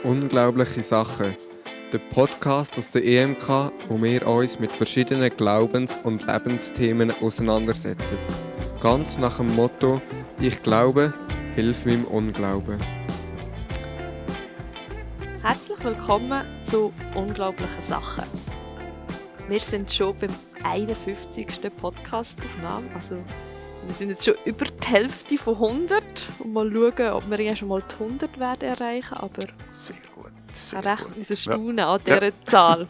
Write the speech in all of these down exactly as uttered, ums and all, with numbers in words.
Unglaubliche Sachen. Der Podcast aus der E M K, wo wir uns mit verschiedenen Glaubens- und Lebensthemen auseinandersetzen. Ganz nach dem Motto: Ich glaube, hilf meinem Unglauben. Herzlich willkommen zu Unglaublichen Sachen. Wir sind schon beim einundfünfzigsten Podcast-Aufnahme. Also, wir sind jetzt schon über die Hälfte von hundert. Und mal schauen, ob wir ja schon mal die hundert werden erreichen. Aber sehr gut. Sehr ich recht gut. unser Staunen ja. an Ja. dieser Zahl.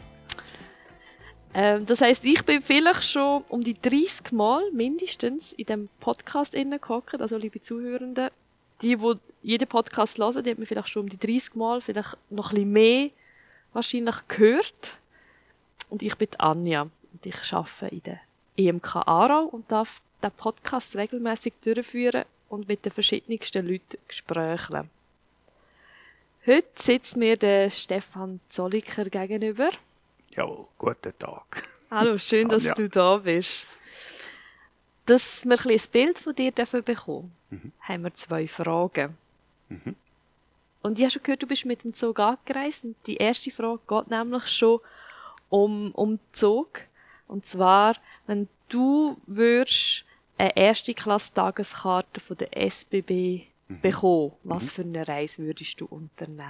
ähm, das heisst, ich bin vielleicht schon um die dreißig Mal mindestens in diesem Podcast gehockt. Also, liebe Zuhörenden, die, die jeden Podcast hören, die haben mir vielleicht schon um die dreißig Mal, vielleicht noch ein bisschen mehr wahrscheinlich gehört. Und ich bin Anja und ich arbeite in der E M K Aarau und darf den Podcast regelmäßig durchführen und mit den verschiedensten Leuten gesprächeln. Heute sitzt mir der Stefan Zolliker gegenüber. Jawohl, guten Tag. Hallo, schön, dass Anja. du da bist. Dass wir ein bisschen ein Bild von dir dürfen bekommen, mhm. haben wir zwei Fragen. Mhm. Und ich habe schon gehört, du bist mit dem Zug angereist. Und die erste Frage geht nämlich schon um, um den Zug. Und zwar, wenn du würdest eine erste Klasse Tageskarte von der S B B Mhm. bekommen, was Mhm. für eine Reise würdest du unternehmen?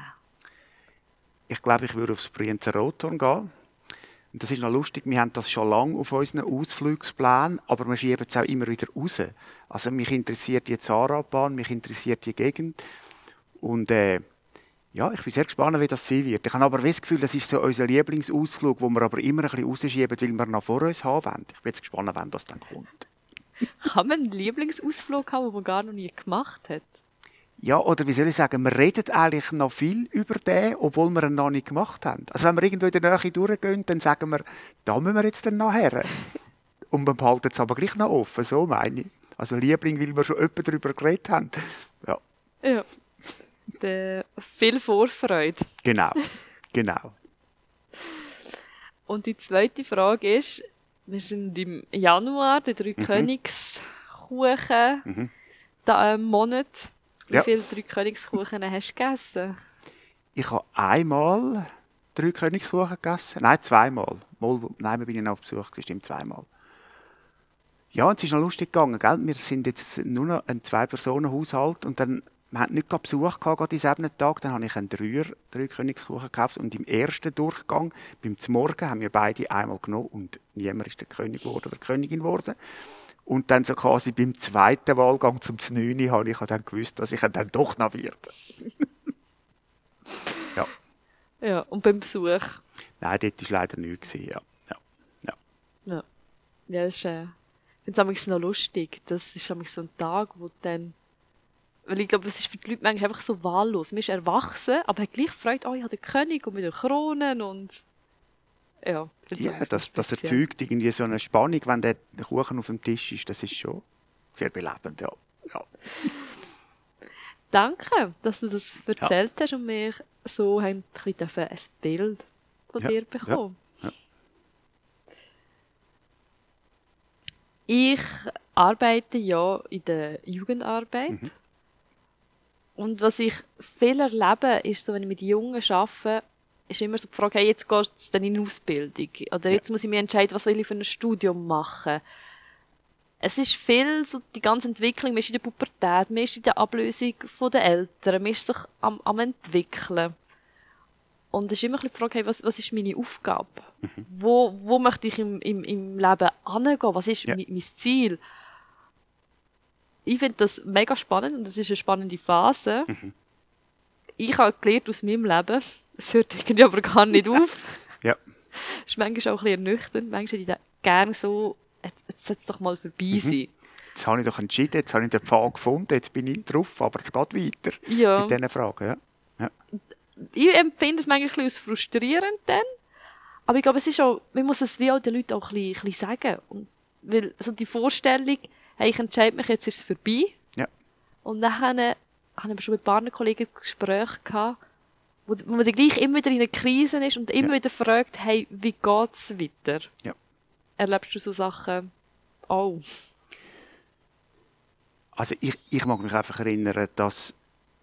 Ich glaube, ich würde aufs Brienzer Rothorn gehen. Und das ist noch lustig, wir haben das schon lange auf unseren Ausflugsplänen, aber wir schieben es auch immer wieder raus. Also mich interessiert die Zahnradbahn, mich interessiert die Gegend. Und äh, ja, ich bin sehr gespannt, wie das sein wird. Ich habe aber das Gefühl, das ist so unser Lieblingsausflug, wo wir aber immer ein bisschen rausschieben, weil wir noch vor uns haben wollen. Ich bin jetzt gespannt, wann das dann kommt. Kann man einen Lieblingsausflug haben, den man gar noch nie gemacht hat? Ja, oder wie soll ich sagen, wir reden eigentlich noch viel über den, obwohl wir ihn noch nicht gemacht haben. Also wenn wir irgendwo in der Nähe durchgehen, dann sagen wir, da müssen wir jetzt dann noch her. Und wir behalten es aber gleich noch offen, so meine ich. Also Liebling, weil wir schon öppe darüber geredet haben. Ja, Ja. De, viel Vorfreude. genau, genau. Und die zweite Frage ist, wir sind im Januar, der Drei-Königskuchen, Mhm. da im Monat. Wie Ja. viele Drei-Königskuchen hast du gegessen? Ich habe einmal drei Königskuchen gegessen. Nein, zweimal. Mal, nein, wir bin ich auf Besuch, das stimmt, zweimal. Ja, und es ist noch lustig gegangen, gell? Wir sind jetzt nur noch ein Zwei-Personen-Haushalt und dann, wir hatten nicht gerade Besuch gehabt, gerade an diesem Tag, dann habe ich einen Dreier, drei Königskuchen gekauft und im ersten Durchgang, beim Zmorgen, haben wir beide einmal genommen und niemand ist der König geworden oder Königin geworden. Und dann so quasi beim zweiten Wahlgang zum Znüni habe ich dann gewusst, dass ich dann doch noch werde. Ja. Ja, und beim Besuch? Nein, dort war leider nichts. Ja. Ja. Ja. Ja, ja das ist, äh, ich finde es noch lustig. Das ist so ein Tag, wo dann, weil ich glaube, es ist für die Leute manchmal einfach so wahllos. Man ist erwachsen, aber hat gleich Freude, oh, ich habe den König und mit den Kronen und ja. ich find's Ja, einfach das, das speziell. erzeugt irgendwie so eine Spannung, wenn der der Kuchen auf dem Tisch ist. Das ist schon sehr belebend, ja. ja. Danke, dass du das erzählt hast und wir so haben ein, bisschen ein Bild von Ja, dir bekommen. ja, ja. Ich arbeite ja in der Jugendarbeit. Mhm. Und was ich viel erlebe, ist so, wenn ich mit Jungen arbeite, ist immer so die Frage, hey, jetzt geht es dann in eine Ausbildung. Oder jetzt muss ich mir entscheiden, was will ich für ein Studium machen. Es ist viel, so die ganze Entwicklung, man ist in der Pubertät, man ist in der Ablösung von den Eltern, man ist sich am, am entwickeln. Und es ist immer ein bisschen die Frage, hey, was, was ist meine Aufgabe? Mhm. Wo, wo möchte ich im, im, im Leben hingehen? Was ist Ja. mein, mein Ziel? Ich finde das mega spannend und das ist eine spannende Phase. Mhm. Ich habe gelernt aus meinem Leben, es hört irgendwie aber gar nicht auf. Ja. Es ist manchmal auch ein bisschen ernüchternd. Manchmal hätte ich gerne so, jetzt, jetzt soll es doch mal vorbei Mhm. sein. Jetzt habe ich doch entschieden, jetzt habe ich den Pfad gefunden, jetzt bin ich drauf, aber es geht weiter Ja. mit diesen Fragen. Ja. Ja. Ich empfinde es manchmal ein bisschen als frustrierend dann. Aber ich glaube, es ist auch, man muss es wie auch den Leuten auch ein bisschen, ein bisschen sagen. Und, weil so die Vorstellung, hey, ich entscheide mich, jetzt ist es vorbei. Ja. Und dann habe ich schon mit ein paar Kollegen Gespräche gehabt, wo, wo man dann gleich immer wieder in einer Krise ist und immer Ja. wieder fragt, hey, wie geht es weiter? Ja. Erlebst du so Sachen auch? Also ich, ich mag mich einfach erinnern, dass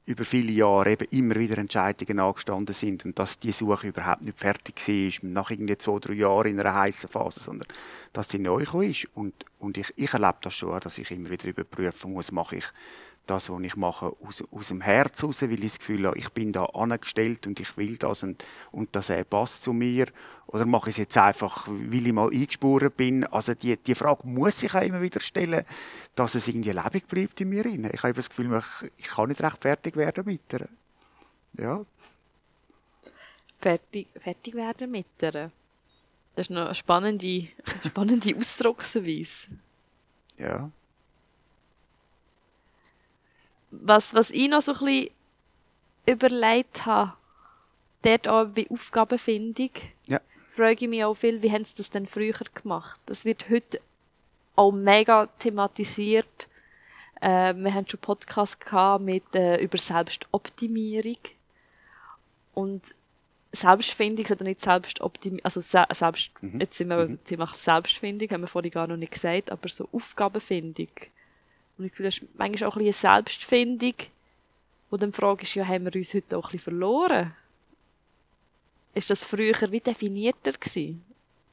über viele Jahre eben immer wieder Entscheidungen angestanden sind und dass die Suche überhaupt nicht fertig war, nach irgendwie zwei, drei Jahren in einer heißen Phase, sondern dass sie neu gekommen ist. Und, und ich, ich erlebe das schon, dass ich immer wieder überprüfen muss, mache ich das, was ich mache, aus, aus dem Herz heraus, weil ich das Gefühl habe, ich bin da angestellt und ich will das und, und das äh, passt zu mir. Oder mache ich es jetzt einfach, weil ich mal eingespurt bin? Also die, die Frage muss ich auch immer wieder stellen, dass es irgendwie lebendig bleibt in mir. Ich habe das Gefühl, ich, ich kann nicht recht fertig werden mit ihr. Ja. Fertig, fertig werden mit ihr. Das ist noch eine spannende, spannende Ausdrucksweise. Ja. Was, was ich noch so ein bisschen überlegt habe, dort auch bei Aufgabenfindung, Ja. frage ich mich auch viel, wie haben sie das denn früher gemacht? Das wird heute auch mega thematisiert. Äh, wir haben schon Podcasts gehabt mit, äh, über Selbstoptimierung. Und Selbstfindung oder nicht Selbstoptimierung, also se selbst, Mhm. jetzt sind wir Mhm. Thema Selbstfindung, haben wir vorhin gar noch nicht gesagt, aber so Aufgabenfindung. Und ich fühle, das ist manchmal auch ein bisschen eine Selbstfindung, wo dann die Frage ist, ja, haben wir uns heute auch ein bisschen verloren? Ist das früher wie definierter gewesen?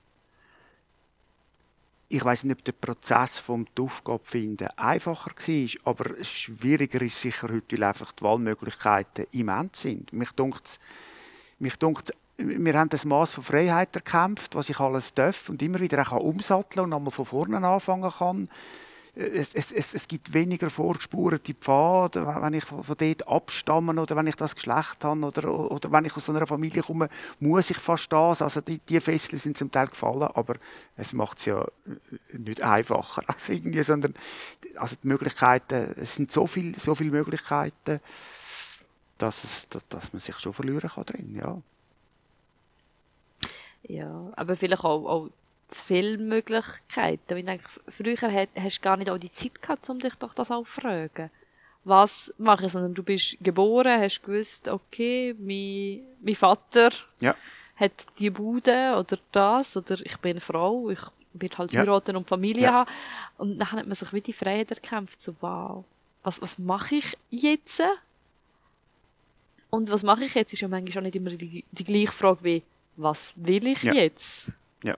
Ich weiss nicht, ob der Prozess vom Aufgabe finden einfacher war, aber schwieriger ist sicher heute, weil einfach die Wahlmöglichkeiten immens sind. Mich dunkt's, mich dunkt's, wir haben das Maß von Freiheit erkämpft, was ich alles darf und immer wieder auch umsatteln und einmal von vorne anfangen kann. Es, es, es, es gibt weniger vorgespurte Pfade, wenn ich von dort abstamme oder wenn ich das Geschlecht habe oder, oder wenn ich aus einer Familie komme, muss ich fast das. Also die, die Fesseln sind zum Teil gefallen, aber es macht es ja nicht einfacher. Also irgendwie, sondern also die Möglichkeiten, es sind so viele so viel Möglichkeiten, dass, es, dass man sich schon verlieren kann drin, ja. Ja, aber vielleicht auch, auch zu viele Möglichkeiten. Ich denke, früher hast du gar nicht auch die Zeit gehabt, um dich doch das auch zu fragen. Was mache ich? Sondern du bist geboren, hast gewusst, okay, mein, mein Vater Ja. hat die Bude oder das, oder ich bin eine Frau, ich werde halt Ja. heiraten und Familie Ja. haben. Und dann hat man sich wie die Freiheit erkämpft, so wow, was, was mache ich jetzt? Und was mache ich jetzt, ist ja manchmal auch nicht immer die, die gleiche Frage wie, was will ich Ja. jetzt? Ja.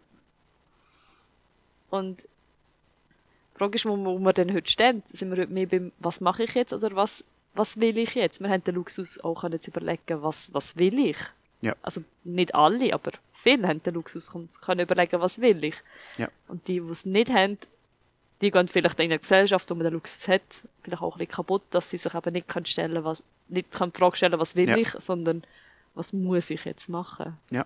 Und die Frage ist, wo, wo wir denn heute stehen. Sind wir heute mehr beim, was mache ich jetzt oder was, was will ich jetzt? Wir haben den Luxus auch können zu überlegen, was, was will ich? Ja. Also nicht alle, aber viele haben den Luxus können überlegen, was will ich? Ja. Und die, die es nicht haben, die gehen vielleicht in einer Gesellschaft, wo man den Luxus hat, vielleicht auch ein bisschen kaputt, dass sie sich eben nicht können stellen, was, nicht können die Frage stellen, was will Ja. ich, sondern was muss ich jetzt machen? Ja.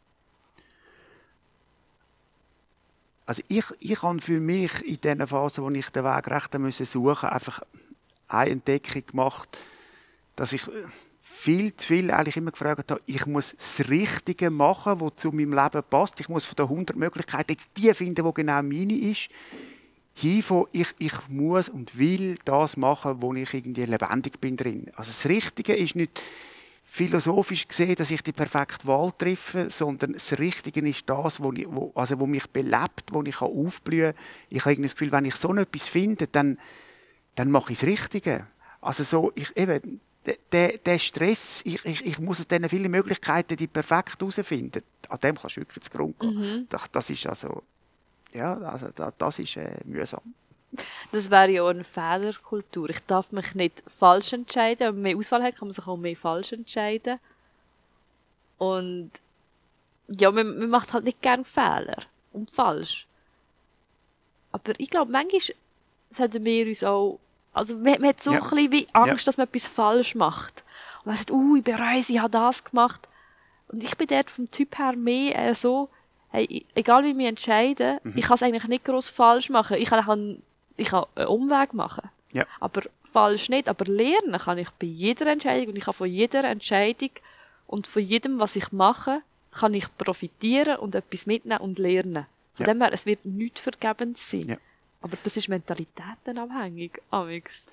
Also ich, ich habe für mich in dieser Phase, wo ich den Weg recht suchen musste, einfach eine Entdeckung gemacht, dass ich viel zu viel eigentlich immer gefragt habe, ich muss das Richtige machen, was zu meinem Leben passt. Ich muss von den hundert Möglichkeiten jetzt die finden, die genau meine ist. Hin von ich, ich muss und will das machen, wo ich irgendwie lebendig bin drin. Also das Richtige ist nicht philosophisch gesehen, dass ich die perfekte Wahl treffe, sondern das Richtige ist das, wo, ich, wo, also wo mich belebt, wo ich aufblühen kann. Ich habe das Gefühl, wenn ich so etwas finde, dann, dann mache ich das Richtige. Also so, ich, eben, der, der Stress, ich, ich, ich muss aus diesen vielen Möglichkeiten die perfekt herausfinden. An dem kannst du wirklich zugrunde gehen. Mhm. Das, das ist also, ja, also das, das ist äh, mühsam. Das wäre ja auch eine Fehlerkultur. Ich darf mich nicht falsch entscheiden. Wenn man mehr Auswahl hat, kann man sich auch mehr falsch entscheiden. Und ja, man, man macht halt nicht gerne Fehler und falsch. Aber ich glaube, manchmal sollten wir uns auch, also man, man hat so Ja. ein bisschen wie Angst, Ja. dass man etwas falsch macht. Und man sagt, uh, ich bereue es, ich habe das gemacht. Und ich bin dort vom Typ her mehr äh, so, hey, egal wie ich mich entscheide, Mhm. ich kann es eigentlich nicht gross falsch machen. Ich kann, einen- ich kann einen Umweg machen. Ja. Aber falsch nicht. Aber lernen kann ich bei jeder Entscheidung. Und ich kann von jeder Entscheidung und von jedem, was ich mache, kann ich profitieren und etwas mitnehmen und lernen. Von Ja. dem her, es wird nichts vergebens sein. Ja. Aber das ist mentalitätenabhängig, Amix.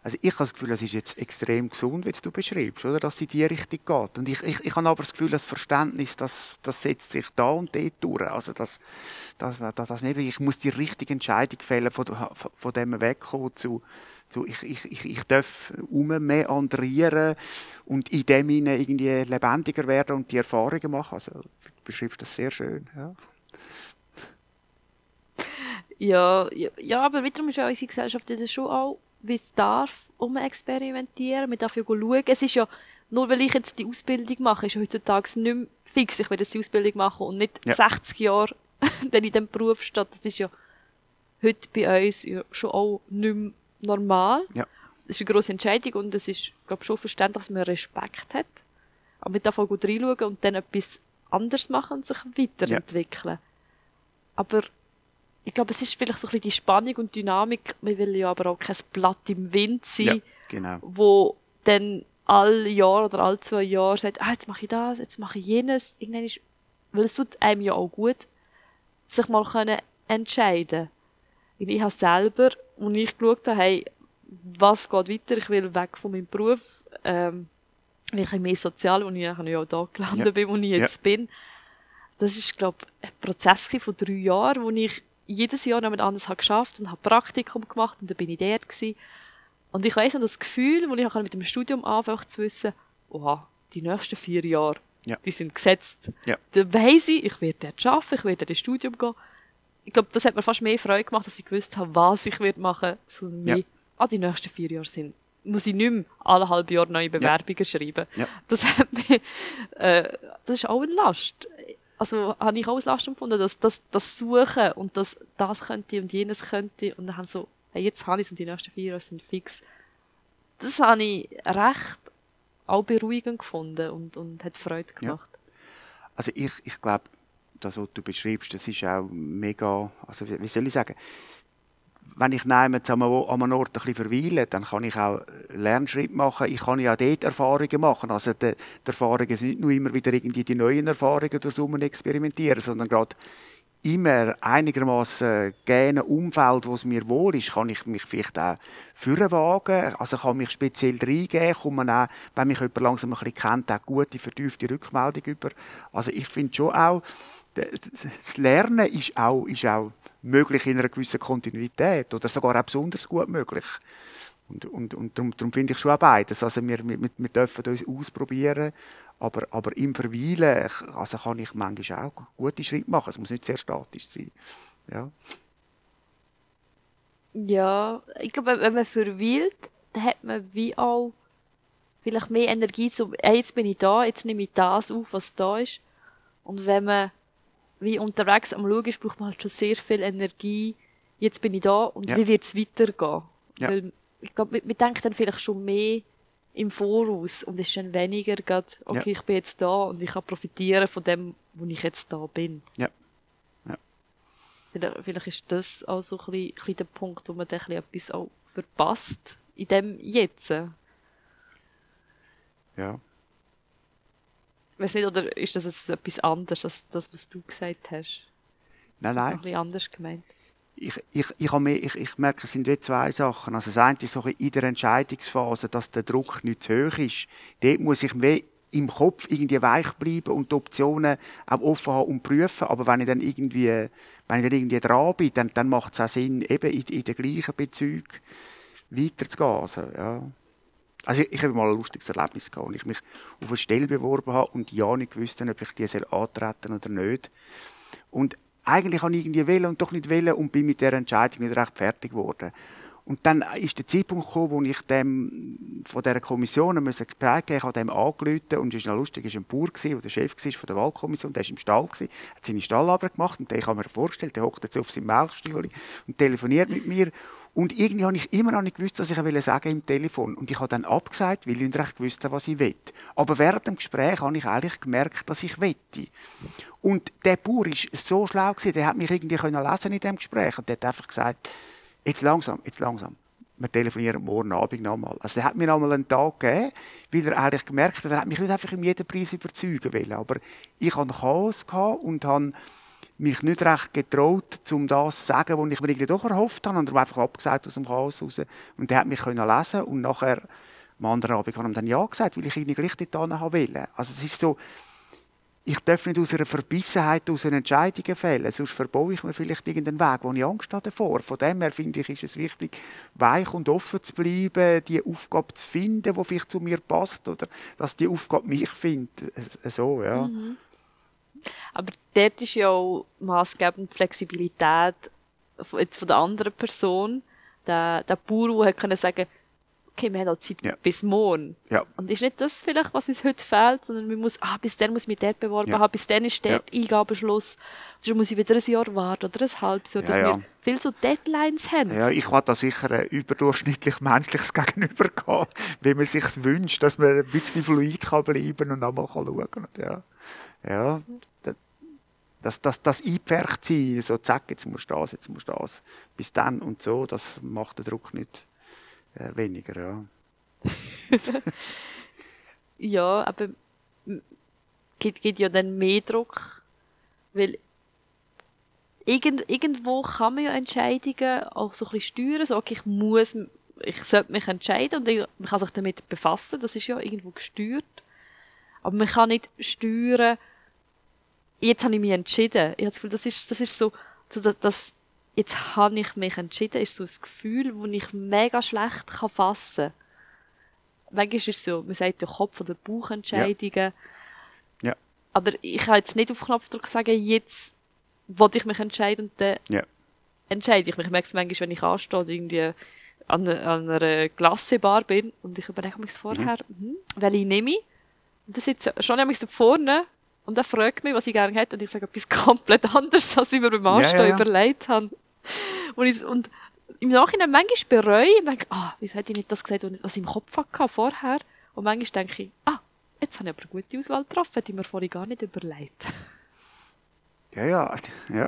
Also ich habe das Gefühl, das ist jetzt extrem gesund, wie du beschreibst, oder? Dass es in die Richtung geht. Und ich, ich, ich habe aber das Gefühl, das Verständnis, das, das setzt sich da und dort durch. Also das, das, das, das, ich muss die richtige Entscheidung fällen, von, von, von dem wegkommen zu, zu ich, ich, ich, ich darf ummeandrieren und in dem hinein irgendwie lebendiger werden und die Erfahrungen machen. Also du beschreibst das sehr schön. Ja. Ja, ja, ja, aber wiederum ist ja unsere Gesellschaft ja schon auch, wie es darf, um experimentieren. Man darf ja schauen. Es ist ja, nur weil ich jetzt die Ausbildung mache, ist heutzutage nicht mehr fix. Ich werde jetzt die Ausbildung machen und nicht ja. sechzig Jahre dann in diesem Beruf steht. Das ist ja heute bei uns ja schon auch nicht mehr normal. Ja. Das ist eine grosse Entscheidung und es ist, glaube ich, schon verständlich, dass man Respekt hat. Aber man darf auch gut reinschauen und dann etwas anderes machen und sich weiterentwickeln. Ja. Aber ich glaube, es ist vielleicht so ein bisschen die Spannung und Dynamik. Man will ja aber auch kein Blatt im Wind sein, ja, genau. Wo dann alle Jahr oder alle zwei Jahre sagt, ah, jetzt mache ich das, jetzt mache ich jenes. Irgendwann ist, weil es tut einem ja auch gut, sich mal können entscheiden. Ich habe selber, als ich geschaut habe, hey, was geht weiter, ich will weg von meinem Beruf, ähm, will ich mehr sozial, wo ich ja auch da gelandet ja. bin, wo ich jetzt ja. bin. Das ist, glaube ich, ein Prozess von drei Jahren, wo ich jedes Jahr noch jemand anderes habe geschafft und habe Praktikum gemacht und dann bin ich dort gewesen. Und ich weiss noch das Gefühl, wo ich mit dem Studium anfangen zu wissen, oha, die nächsten vier Jahre, ja. die sind gesetzt. Ja. Dann weiss ich, ich werde dort arbeiten, ich werde dort ins Studium gehen. Ich glaube, das hat mir fast mehr Freude gemacht, dass ich gewusst habe, was ich werde machen, sondern ja. mehr, ah, die nächsten vier Jahre sind, muss ich nicht mehr alle halbe Jahre neue Bewerbungen ja. schreiben. Ja. Das hat mich, äh, das ist auch eine Last. Also habe ich auch als Last empfunden, dass das, das Suchen und das, das könnte und jenes könnte und dann so, hey, jetzt habe ich es und die nächsten vier Jahre sind fix. Das habe ich recht auch beruhigend gefunden und, und hat Freude gemacht. Ja. Also ich, ich glaube, das, was du beschreibst, das ist auch mega, also wie soll ich sagen, wenn ich an einem Ort ein bisschen verweile, dann kann ich auch Lernschritte machen. Ich kann ja dort Erfahrungen machen. Also die, die Erfahrungen sind nicht nur immer wieder irgendwie die neuen Erfahrungen durchs Experimentieren, sondern gerade immer einigermaßen gerne Umfeld, wo es mir wohl ist, kann ich mich vielleicht auch vorwagen. Also kann mich speziell reingeben, kann man auch, wenn mich jemand langsam ein bisschen kennt, auch gute, vertiefte Rückmeldung über. Also ich finde schon auch, das Lernen ist auch, ist auch möglich in einer gewissen Kontinuität oder sogar auch besonders gut möglich. Und, und, und darum, darum finde ich schon auch beides. Also wir, wir, wir dürfen uns ausprobieren, aber, aber im Verweilen also kann ich manchmal auch gute Schritte machen. Es muss nicht sehr statisch sein. Ja, ja, ich glaube, wenn man verweilt, dann hat man wie auch vielleicht mehr Energie, so, hey, jetzt bin ich da, jetzt nehme ich das auf, was da ist. Und wenn man wie unterwegs am Schauen ist, braucht man halt schon sehr viel Energie. Jetzt bin ich da und ja. wie wird es weitergehen? Ja. Weil ich glaube, man denkt dann vielleicht schon mehr im Voraus und ist dann weniger gerade, okay, ja. ich bin jetzt da und ich kann profitieren von dem, wo ich jetzt da bin. Ja. Ja. Vielleicht, vielleicht ist das auch so ein bisschen, ein bisschen der Punkt, wo man dann etwas auch verpasst in dem Jetzt. Ja. Ich weiss nicht, oder ist das jetzt etwas anderes als das, was du gesagt hast? Nein, nein. Das ist noch ein bisschen anders gemeint. Ich, ich, ich, mehr, ich, ich merke, es sind wie zwei Sachen. Also das eine ist so in der Entscheidungsphase, dass der Druck nicht zu hoch ist. Dort muss ich mehr im Kopf irgendwie weich bleiben und die Optionen auch offen haben und prüfen. Aber wenn ich dann irgendwie, wenn ich dann irgendwie dran bin, dann, dann macht es auch Sinn, eben in, in den gleichen Bezügen weiterzugehen. Also, ja. Also ich, ich habe mal ein lustiges Erlebnis gehabt, als ich mich auf eine Stelle beworben habe und ja nicht gewusst habe, ob ich die antreten soll oder nicht. Und eigentlich habe ich irgendwie wählen und doch nicht wählen und bin mit dieser Entscheidung nicht recht fertig geworden. Und dann ist der Zeitpunkt gekommen, wo ich dem von dieser Kommission ein Gespräch geben, ich habe dem angerufen und es war noch lustig, es war ein Bauer, der der Chef war von der Wahlkommission, der war im Stall, hat seine Stallarbeit gemacht und den habe ich mir vorgestellt, der hockt jetzt auf seinem Melkstuhl und telefoniert mit mir. Und irgendwie habe ich immer noch nicht gewusst, was ich sagen wollte im Telefon. Und ich habe dann abgesagt, weil ich nicht recht gewusst habe, was ich will. Aber während dem Gespräch habe ich eigentlich gemerkt, dass ich wette. Und der Bauer war so schlau, der hat mich irgendwie lesen in diesem Gespräch. Und der hat einfach gesagt, jetzt langsam, jetzt langsam. Wir telefonieren morgen Abend nochmal. Also der hat mir nochmal einen Tag gegeben, weil er eigentlich gemerkt hat, er hat mich nicht einfach um jeden Preis überzeugen wollen. Aber ich hatte Chaos und habe mich nicht recht getraut, um das zu sagen, was ich mir irgendwie doch erhofft habe. Und darum einfach abgesagt aus dem Chaos raus. Und der hat mich können lesen und nachher am anderen Abend habe ich dann ja gesagt, weil ich irgendwie gleich dort hin wollte. Also es ist so, ich darf nicht aus einer Verbissenheit aus einer Entscheidungen fällen, sonst verbaue ich mir vielleicht irgendeinen Weg, wo ich Angst habe davor. Von dem her finde ich, ist es wichtig, weich und offen zu bleiben, die Aufgabe zu finden, die vielleicht zu mir passt, oder dass die Aufgabe mich findet. So, ja. Mhm. Aber dort ist ja auch maßgebend die Flexibilität von, jetzt von der anderen Person. Der, der Bauer, der konnte sagen, okay, wir haben auch Zeit Ja. bis morgen. Ja. Und ist nicht das vielleicht, was uns heute fehlt, sondern man muss, ah, bis dann muss ich mich dort beworben Ja. haben, bis dann ist der Eingabeschluss. Sonst muss ich wieder ein Jahr warten oder ein halbes Jahr, Ja, dass ja. wir viel so Deadlines haben. Ja, ich habe da sicher ein überdurchschnittlich menschliches Gegenüber gehabt, wie man sich wünscht, dass man ein bisschen fluid kann bleiben und einmal schauen kann. Und ja, ja, das, das, das eingepfercht sein, so zack, jetzt musst du das, jetzt musst du das, bis dann und so, das macht den Druck nicht äh, weniger, ja. Ja, aber m- gibt, gibt ja dann mehr Druck, weil irgend, irgendwo kann man ja Entscheidungen auch so ein bisschen steuern, so, okay, ich muss, m- ich sollte mich entscheiden und ich- man kann sich damit befassen, das ist ja irgendwo gesteuert, aber man kann nicht steuern, jetzt habe ich mich entschieden. Ich habe das Gefühl, das ist, das ist so, das, das, jetzt habe ich mich entschieden, ist so ein Gefühl, das ich mega schlecht kann fassen kann. Manchmal ist es so, man sagt ja Kopf- oder Bauchentscheidungen. Ja. Aber ich kann jetzt nicht auf Knopfdruck sagen, jetzt wollte ich mich entscheiden und dann Ja. entscheide ich mich. Ich merke es manchmal, wenn ich anstehe und irgendwie an, einer- an einer Glassebar bin und ich überlege mich vorher, mhm. welche nehme ich? Und dann sitzt schon nämlich so vorne und er fragt mich, was ich gerne hätte und ich sage etwas komplett anderes, als ich mir beim Anstehen Ja, ja, ja. überlegt habe. Und, ich, und im Nachhinein manchmal bereue ich und denke, ah, wieso hätte ich nicht das gesagt, was ich im Kopf hatte vorher? Und manchmal denke ich, ah, jetzt habe ich aber eine gute Auswahl getroffen, hätte ich mir vorhin gar nicht überlegt. Ja, ja, ja.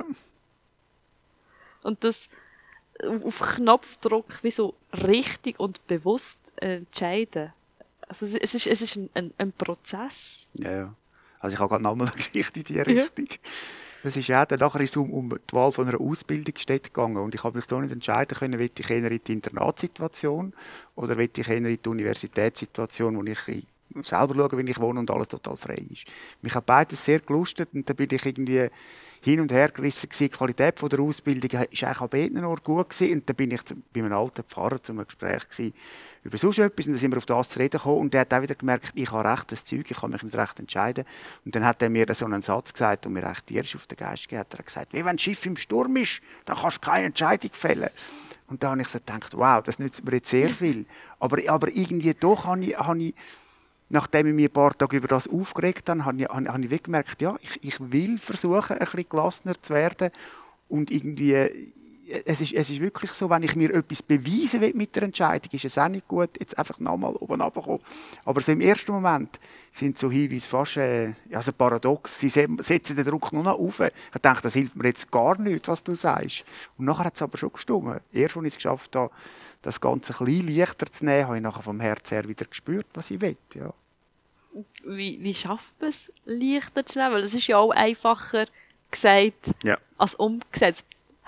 Und das auf Knopfdruck wie so richtig und bewusst entscheiden. Also es es ist, es ist ein, ein, ein Prozess. Ja, ja. Also ich habe gerade nochmal eine Geschichte in diese Richtung. Das ist ja, dann nachher ist es um, um die Wahl von einer Ausbildungsstätte gegangen und ich habe mich so nicht entscheiden können, will ich eher in die Internatssituation oder will ich eher in die Universitätssituation, wo ich selber schaue, wie ich wohne und alles total frei ist. Mich hat beides sehr gelustet und dann bin ich irgendwie hin und her gerissen gewesen. Die Qualität von der Ausbildung war eigentlich an beiden Orten gut gewesen. Und dann bin ich zu, bei einem alten Pfarrer zu einem Gespräch gewesen, über sonst etwas und dann sind wir auf das zu reden gekommen und der hat auch wieder gemerkt, ich habe recht das Zeug, ich kann mich nicht recht entscheiden. Und dann hat er mir so einen Satz gesagt und mir echt die erste auf den Geist gegeben. Er hat gesagt, wie wenn ein Schiff im Sturm ist, dann kannst du keine Entscheidung fällen. Und da habe ich so gedacht, wow, das nützt mir jetzt sehr viel. Aber, aber irgendwie doch habe ich, habe ich nachdem ich mich ein paar Tage über das aufgeregt habe, habe ich, habe ich gemerkt, ja, ich, ich will versuchen, ein bisschen gelassener zu werden. Und irgendwie, es ist, es ist wirklich so, wenn ich mir etwas beweisen will mit der Entscheidung, ist es auch nicht gut, jetzt einfach nochmal oben runterkommen. Aber so im ersten Moment sind so Hinweise fast äh, also paradox. Sie setzen den Druck nur noch auf. Ich denke, das hilft mir jetzt gar nicht, was du sagst. Und nachher hat es aber schon gestimmt. Erst, als ich es geschafft habe, das Ganze ein bisschen leichter zu nehmen, habe ich nachher vom Herz her wieder gespürt, was ich will. Ja. Wie, wie schafft man es, leichter zu nehmen? Weil das ist ja auch einfacher gesagt Ja. als umgesetzt.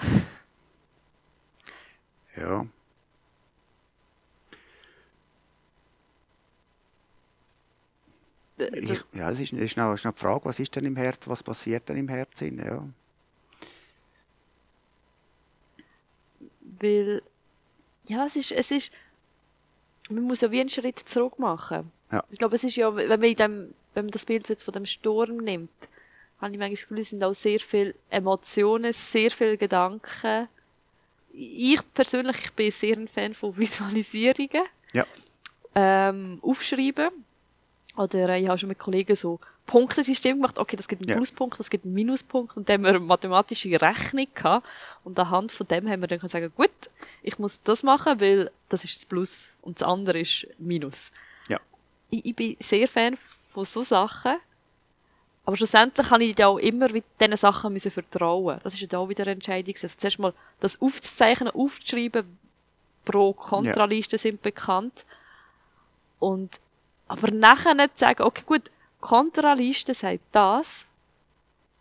Ja. D- Ich, ja, es ist, ist, noch, ist noch die Frage, was ist denn im Herz, was passiert denn im Herzen? Ja. Weil, ja, es ist, es ist, man muss ja wie einen Schritt zurück machen. Ja. Ich glaube, es ist ja, wenn man, in dem, wenn man das Bild jetzt von dem Sturm nimmt, habe ich manchmal das Gefühl, es sind auch sehr viele Emotionen, sehr viele Gedanken. Ich persönlich, ich bin sehr ein Fan von Visualisierungen. Ja. Ähm, aufschreiben. Oder äh, ich habe schon mit Kollegen so Punktesystem gemacht. Okay, das gibt einen Ja. Pluspunkt, das gibt einen Minuspunkt. Und dann haben wir eine mathematische Rechnung gehabt. Und anhand von dem haben wir dann können sagen, gut, ich muss das machen, weil das ist das Plus und das andere ist Minus. Ja. Ich, ich bin sehr Fan von so Sachen. Aber schlussendlich habe ich da auch immer mit diesen Sachen müssen vertrauen. Das ist ja da auch wieder eine Entscheidung. Also zuerst mal das aufzuzeichnen, aufzuschreiben, Pro- und Kontralisten sind bekannt. Und, aber nachher nicht sagen, okay, gut, Kontraliste sagt das.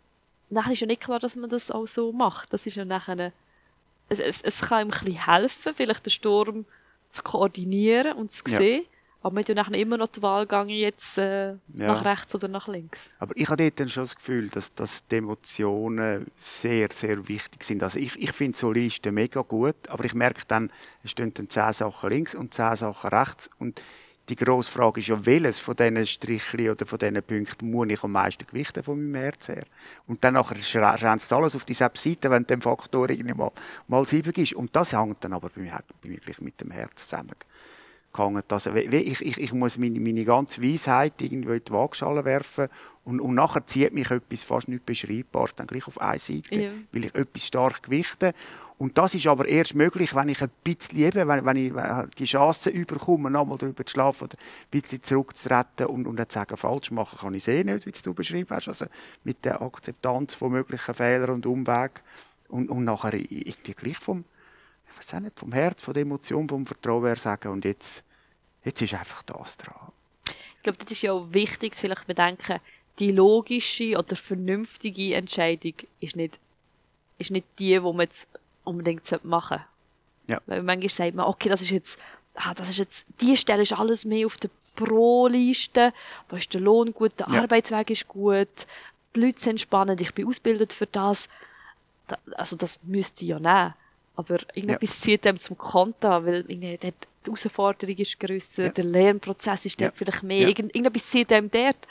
nachher ist ja nicht klar, dass man das auch so macht. Das ist ja nachher eine, es, es, es kann ihm ein bisschen helfen, vielleicht den Sturm zu koordinieren und zu sehen. Ja. Aber man hat ja nachher immer noch die Wahl gegangen, jetzt äh, ja. nach rechts oder nach links. Aber ich habe dort dann schon das Gefühl, dass, dass die Emotionen sehr, sehr wichtig sind. Also ich, ich finde so Listen mega gut, aber ich merke dann, es stehen dann zehn Sachen links und zehn Sachen rechts. Und die grosse Frage ist ja, welches von diesen Strichchen oder von diesen Punkten muss ich am meisten gewichten von meinem Herz her? Und dann nachher schränzt alles auf die Seite, wenn der Faktor irgendwie mal, mal sieben ist. Und das hängt dann aber bei mir, bei mir gleich mit dem Herz zusammen. Also, ich, ich, ich muss meine, meine ganze Weisheit irgendwo in die Waagschale werfen und, und nachher zieht mich etwas fast nicht Beschreibbares dann gleich auf eine Seite, ja. weil ich etwas stark gewichte. Und das ist aber erst möglich, wenn ich ein bisschen eben, wenn, wenn ich die Chance überkomme, nochmal darüber zu schlafen oder ein bisschen zurückzutreten und, und dann zu sagen, falsch machen kann ich es eh nicht, wie du beschrieben hast, also mit der Akzeptanz von möglichen Fehlern und Umwegen und, und nachher irgendwie gleich vom Ich weiß auch nicht, vom Herz, von der Emotion, vom Vertrauen sagen und jetzt, jetzt ist einfach das dran. Ich glaube, das ist ja auch wichtig, vielleicht bedenken, die logische oder vernünftige Entscheidung ist nicht, ist nicht die, die man jetzt unbedingt machen sollte. Ja. Weil manchmal sagt man, okay, das ist jetzt, ah, das ist jetzt, die Stelle ist alles mehr auf der Pro-Liste, da ist der Lohn gut, der ja. Arbeitsweg ist gut, die Leute sind spannend, ich bin ausgebildet für das. Da, also das müsste ich ja nehmen. Aber irgendetwas ja. zieht einem zum Konto, weil die Herausforderung ist grösser, ja. der Lernprozess ist dort ja. vielleicht mehr, ja. Irgend, irgendetwas zieht einem dort.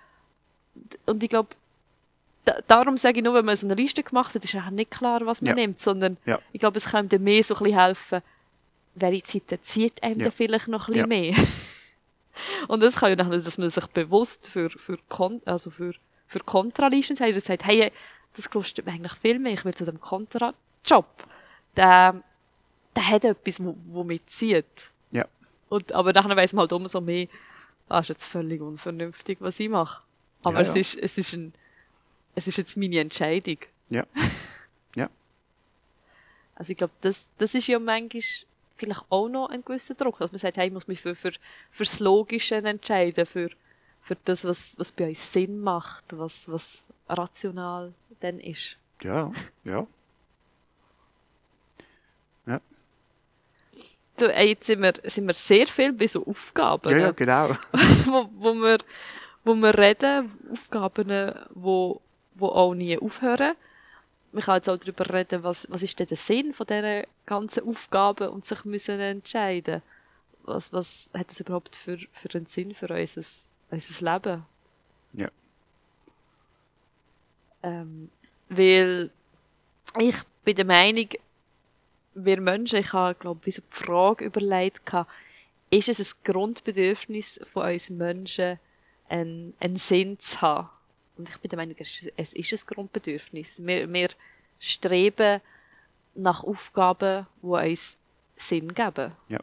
Und ich glaube, da, darum sage ich nur, wenn man so eine Liste gemacht hat, ist eigentlich nicht klar, was man ja. nimmt, sondern ja. ich glaube, es könnte mehr so ein bisschen helfen, welche Zeit zieht einem ja. vielleicht noch ein bisschen ja. mehr. Und das kann ja nachher, dass man sich bewusst für, für, Kon- also für, für Kontralisten sagt, das sagt, hey, das kostet mir eigentlich viel mehr, ich will zu dem Kontra-Job. Der, der hat etwas, wo, wo mich zieht. Ja. Und, aber nachher weiss man halt umso mehr, das ist jetzt völlig unvernünftig, was ich mache. Aber ja, ja. Es, ist, es, ist ein, es ist jetzt meine Entscheidung. Ja. Ja. Also ich glaube, das, das ist ja manchmal vielleicht auch noch ein gewisser Druck. Also man sagt, hey, ich muss mich für, für, für das Logische entscheiden, für, für das, was, was bei uns Sinn macht, was, was rational dann ist. Ja, ja. Ja. Du, jetzt sind wir, sind wir sehr viel bei so Aufgaben. Ja, ja, genau. wo, wo, wir, wo wir reden, Aufgaben, wo, wo auch nie aufhören. Man kann jetzt auch darüber reden, was, was ist denn der Sinn von diesen ganzen Aufgaben und sich müssen entscheiden. Was, was hat das überhaupt für, für einen Sinn für unser, unser Leben? Ja. Ähm, weil ich bin der Meinung, wir Menschen, ich habe, glaube ich, so die Frage überlegt, ist es ein Grundbedürfnis von uns Menschen, einen, einen Sinn zu haben? Und ich bin der Meinung, es ist ein Grundbedürfnis. Wir, wir streben nach Aufgaben, die uns Sinn geben. Ja.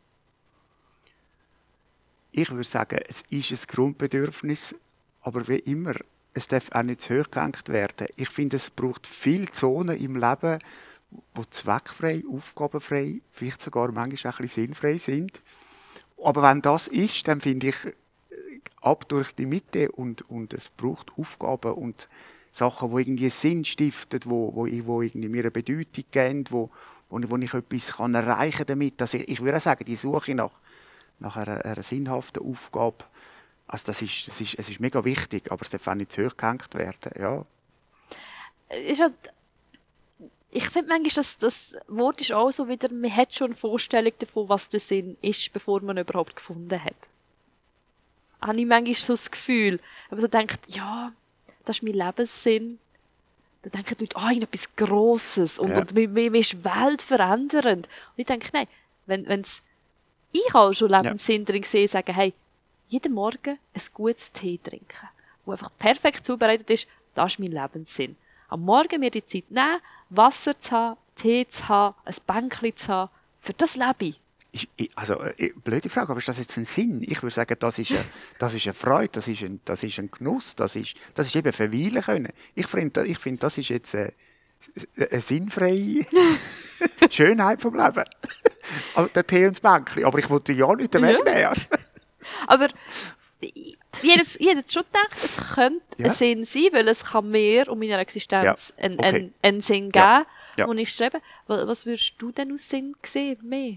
Ich würde sagen, es ist ein Grundbedürfnis, aber wie immer, es darf auch nicht zu hoch gehängt werden. Ich finde, es braucht viele Zonen im Leben, die zweckfrei, aufgabenfrei, vielleicht sogar manchmal auch ein bisschen sinnfrei sind. Aber wenn das ist, dann finde ich, ab durch die Mitte und, und es braucht Aufgaben und Sachen, die irgendwie Sinn stiften, wo, wo, wo irgendwie mir eine Bedeutung geben, wo, wo, wo ich etwas kann erreichen damit. Also ich, ich würde auch sagen, die Suche nach, nach einer, einer sinnhaften Aufgabe, also das ist, das ist, es ist mega wichtig, aber es darf auch nicht zu hoch gehängt werden. Ja. Ist halt, ich finde manchmal, dass das Wort ist auch so wieder, man hat schon eine Vorstellung davon, was der Sinn ist, bevor man ihn überhaupt gefunden hat. Habe ich manchmal so das Gefühl, wenn man so denkt, ja, das ist mein Lebenssinn. Dann denken die Leute, ah, oh, etwas Grosses und, ja. und mir, mir ist weltverändernd. Und ich denke, nein, wenn wenn's, ich auch schon Lebenssinn ja. drin sehe, sagen, hey, jeden Morgen ein gutes Tee trinken, wo einfach perfekt zubereitet ist, das ist mein Lebenssinn. Am Morgen mir die Zeit nehmen, Wasser zu haben, Tee zu haben, ein Bänkchen zu haben, für das lebe ich. Ich, ich, also, äh, blöde Frage, aber ist das jetzt ein Sinn? Ich würde sagen, das ist eine, das ist eine Freude, das ist ein, das ist ein Genuss, das ist, das ist eben verweilen können. Ich finde, ich find, das ist jetzt eine, eine sinnfreie Schönheit vom Leben. Also, der Tee und das Bänkchen. Aber ich wollte ja nicht wegnehmen. Ja. Aber jedes, jedes schon gedacht, es könnte Ja. ein Sinn sein, weil es kann mir und meiner Existenz Ja, einen, okay. einen, einen Sinn geben, Ja, ja. den ich strebe. Was, was würdest du denn aus Sinn sehen, mehr?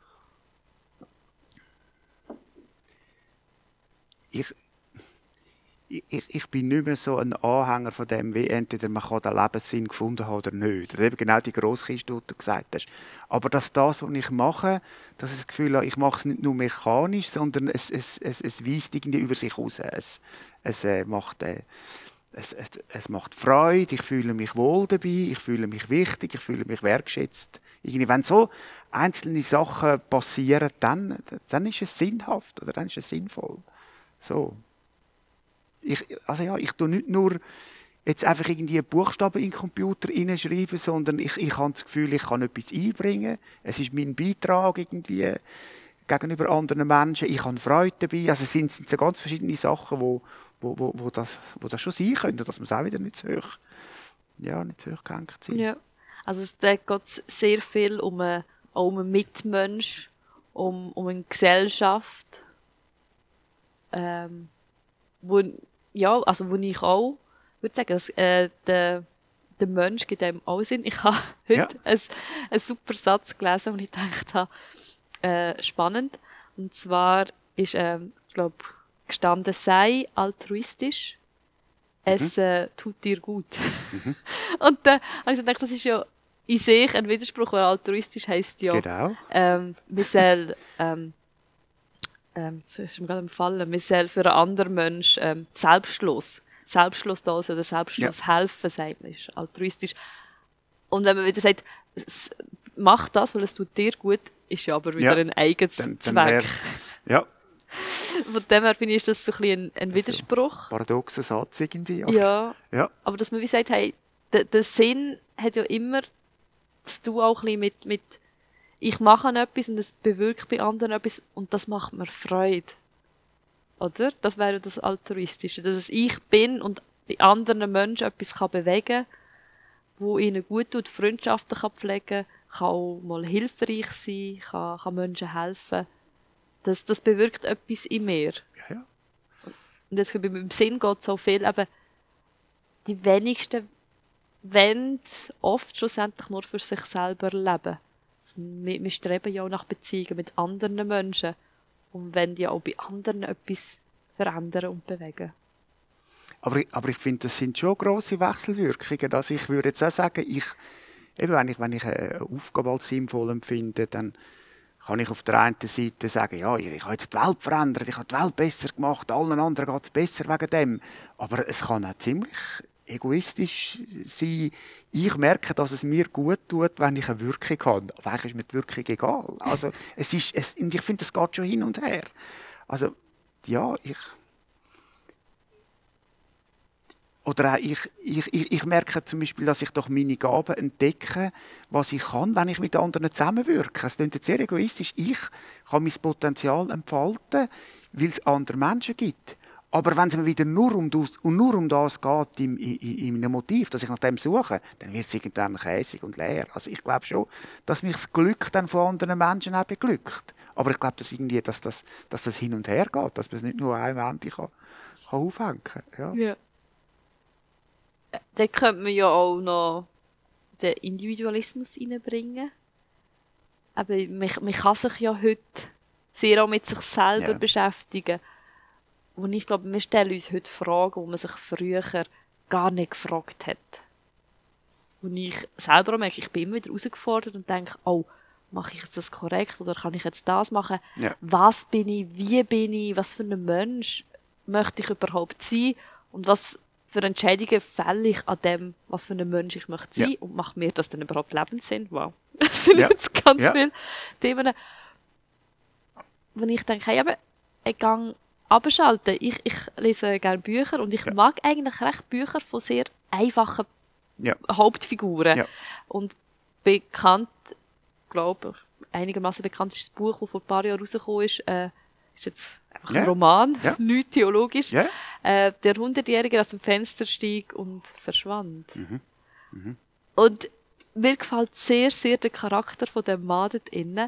Ich, ich, ich bin nicht mehr so ein Anhänger von dem, wie entweder man kann den Lebenssinn gefunden haben oder nicht. Das ist eben genau die Grosskiste, die du gesagt hast. Aber dass das, was ich mache, dass ich das Gefühl habe, ich mache es nicht nur mechanisch, sondern es, es, es, es weist irgendwie über sich raus. Es, es, äh, macht, äh, es, es, es macht Freude, ich fühle mich wohl dabei, ich fühle mich wichtig, ich fühle mich wertschätzt. Irgendwie, wenn so einzelne Sachen passieren, dann, dann ist es sinnhaft oder dann ist es sinnvoll. So. Ich, also ja, ich tue nicht nur jetzt einfach irgendwie Buchstaben in den Computer hineinschreiben, sondern ich, ich habe das Gefühl, ich kann etwas einbringen. Es ist mein Beitrag irgendwie gegenüber anderen Menschen. Ich habe Freude dabei. Also es sind, sind so ganz verschiedene Sachen, wo, wo, wo, wo, das, wo das schon sein können, dass man es auch wieder nicht zu hoch, ja, nicht zu hoch gehängt sind. Ja. Also es da geht sehr viel um einen, auch um einen Mitmensch, um, um eine Gesellschaft, ähm, wo, ja, also wo ich auch würde sagen, dass, äh, der, der Mensch gibt einem auch Sinn. Ich habe heute Ja. einen, einen super Satz gelesen, und ich gedacht habe, äh, spannend. Und zwar ist, ähm, ich glaube, gestanden, sei altruistisch, es äh, tut dir gut. Und dann habe ich so gedacht, das ist ja in sich ein Widerspruch, weil altruistisch heisst ja, Genau. ähm, wir sollen, ähm, ähm, das ist mir gerade empfallen, wir sollen für einen anderen Menschen ähm, selbstlos, selbstlos da sein oder selbstlos helfen, sagt man, ist altruistisch. Und wenn man wieder sagt, s- mach das, weil es tut dir gut, ist ja aber wieder Ja, ein eigenes Dann, dann Zweck. wär, ja, Von dem her finde ich, ist das so ein, bisschen ein, ein Widerspruch. paradoxer Satz irgendwie. aber- Ja, ja. aber dass man wie sagt, hey, der, der Sinn hat ja immer zu tun auch ein bisschen mit, mit ich mache etwas und es bewirkt bei anderen etwas und das macht mir Freude. Oder? Das wäre das Altruistische. Dass es ich bin und bei anderen Menschen etwas kann bewegen kann, wo ihnen gut tut, Freundschaften kann pflegen, kann auch mal hilfreich sein, kann, kann Menschen helfen. Das, das bewirkt etwas in mir. Ja, ja. Und jetzt beim Sinn geht so viel, eben die wenigsten wollen oft schlussendlich nur für sich selber leben. Wir, wir streben ja auch nach Beziehungen mit anderen Menschen und wollen ja auch bei anderen etwas verändern und bewegen. Aber, ich- aber ich finde, das sind schon grosse Wechselwirkungen. Also ich würde jetzt auch sagen, ich, eben wenn ich, wenn ich eine Aufgabe als sinnvoll empfinde, dann kann ich auf der einen Seite sagen, ja, ich, ich habe jetzt die Welt verändert, ich habe die Welt besser gemacht, allen anderen geht es besser wegen dem. Aber es kann auch ziemlich egoistisch sein. Ich merke, dass es mir gut tut, wenn ich eine Wirkung habe. Aber eigentlich ist mir die Wirkung egal. Also es ist, es, und ich finde, es geht schon hin und her. Also ja, ich... Oder auch ich, ich, ich, ich merke zum Beispiel, dass ich durch meine Gaben entdecke, was ich kann, wenn ich mit anderen zusammenwirke. Es klingt jetzt sehr egoistisch. Ich kann mein Potenzial entfalten, weil es andere Menschen gibt. Aber wenn es mir wieder nur um das, und nur um das geht, in, in, in einem Motiv, dass ich nach dem suche, dann wird es irgendwann käsig und leer. Also ich glaube schon, dass mich das Glück dann von anderen Menschen auch beglückt. Aber ich glaube, dass, irgendwie, dass, das, dass das hin und her geht, dass man es nicht nur an einem Ende kann, kann aufhängen kann. Ja. Ja. Dann könnte man ja auch noch den Individualismus reinbringen. Aber man, man kann sich ja heute sehr auch mit sich selber Ja. beschäftigen. Und ich glaube, wir stellen uns heute Fragen, die man sich früher gar nicht gefragt hat. Und ich selber auch merke, ich bin immer wieder herausgefordert und denke, oh, mache ich jetzt das korrekt oder kann ich jetzt das machen? Ja. Was bin ich, wie bin ich, was für ein Mensch möchte ich überhaupt sein und was für Entscheidungen fälle ich an dem, was für ein Mensch ich möchte sein Ja. und macht mir das dann überhaupt Lebenssinn? Wow, das sind Ja. jetzt ganz Ja. viele Themen, wo ich denke, hey, aber ich gehe abschalten. Ich, ich lese gerne Bücher und ich Ja. mag eigentlich recht Bücher von sehr einfachen Ja. Hauptfiguren. Ja. Und bekannt, glaube ich, einigermaßen bekannt ist das Buch, das vor ein paar Jahren rausgekommen ist, äh, ist jetzt einfach Ja. ein Roman, Ja. nicht theologisch. Ja. Äh, der Hundertjährige aus dem Fenster stieg und verschwand. Mhm. Und mir gefällt sehr, sehr der Charakter von dem Mann dort innen,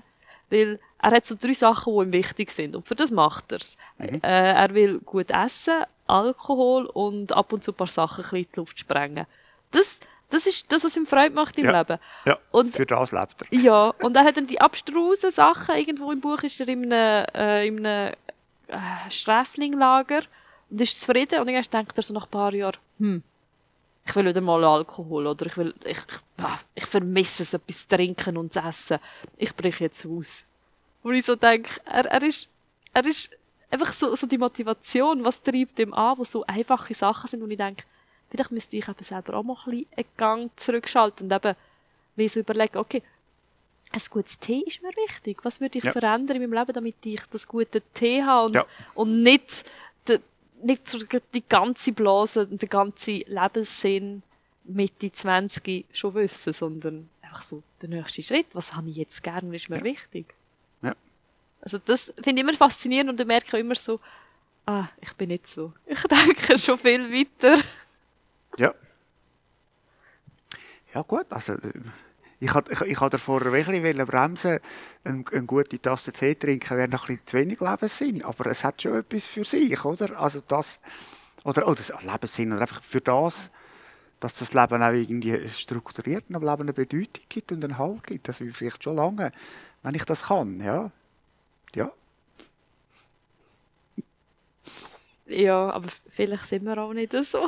Weil er hat so drei Sachen, die ihm wichtig sind. Und für das macht er es. Mhm. Äh, er will gut essen, Alkohol und ab und zu ein paar Sachen ein bisschen in die Luft sprengen. Das, das ist das, was ihm Freude macht im Ja. Leben. Ja, Und für das lebt er. ja, und er hat dann die abstrusen Sachen. Irgendwo im Buch ist er in einem, äh, in einem äh, Sträflinglager und ist zufrieden. Und dann denkt er so nach ein paar Jahren, hm, ich will wieder mal Alkohol oder ich will, ich, ah, ich vermisse es, etwas zu trinken und zu essen. Ich breche jetzt aus. Wo ich so denke, er, er ist, er ist einfach so, so die Motivation, was treibt ihm an, wo so einfache Sachen sind, wo ich denke, vielleicht müsste ich eben selber auch mal ein bisschen einen Gang zurückschalten und eben mir so überlegen, okay, ein gutes Tee ist mir wichtig. Was würde ich Ja. verändern in meinem Leben, damit ich das gute Tee habe und, Ja. und nicht, de, nicht so die ganze Blase und den ganzen Lebenssinn Mitte zwanzig schon wissen, sondern einfach so der nächste Schritt. Was habe ich jetzt gern, was ist mir Ja. wichtig? Ja. Also das finde ich immer faszinierend und ich merke auch immer so, ah, ich bin nicht so. Ich denke schon viel weiter. Ja. Ja gut, also äh, ich hatte ich, ich hatte vorher wirklich wollen bremsen, eine, eine gute Tasse Tee trinken wäre noch ein bisschen zu wenig Lebenssinn, aber es hat schon etwas für sich, oder? Also das, oder, oder das Lebenssinn, oder einfach für das, dass das Leben auch irgendwie strukturiert und dem Leben eine Bedeutung gibt und einen Halt gibt. Das will vielleicht schon lange, wenn ich das kann, ja. Ja. Ja, aber vielleicht sind wir auch nicht so.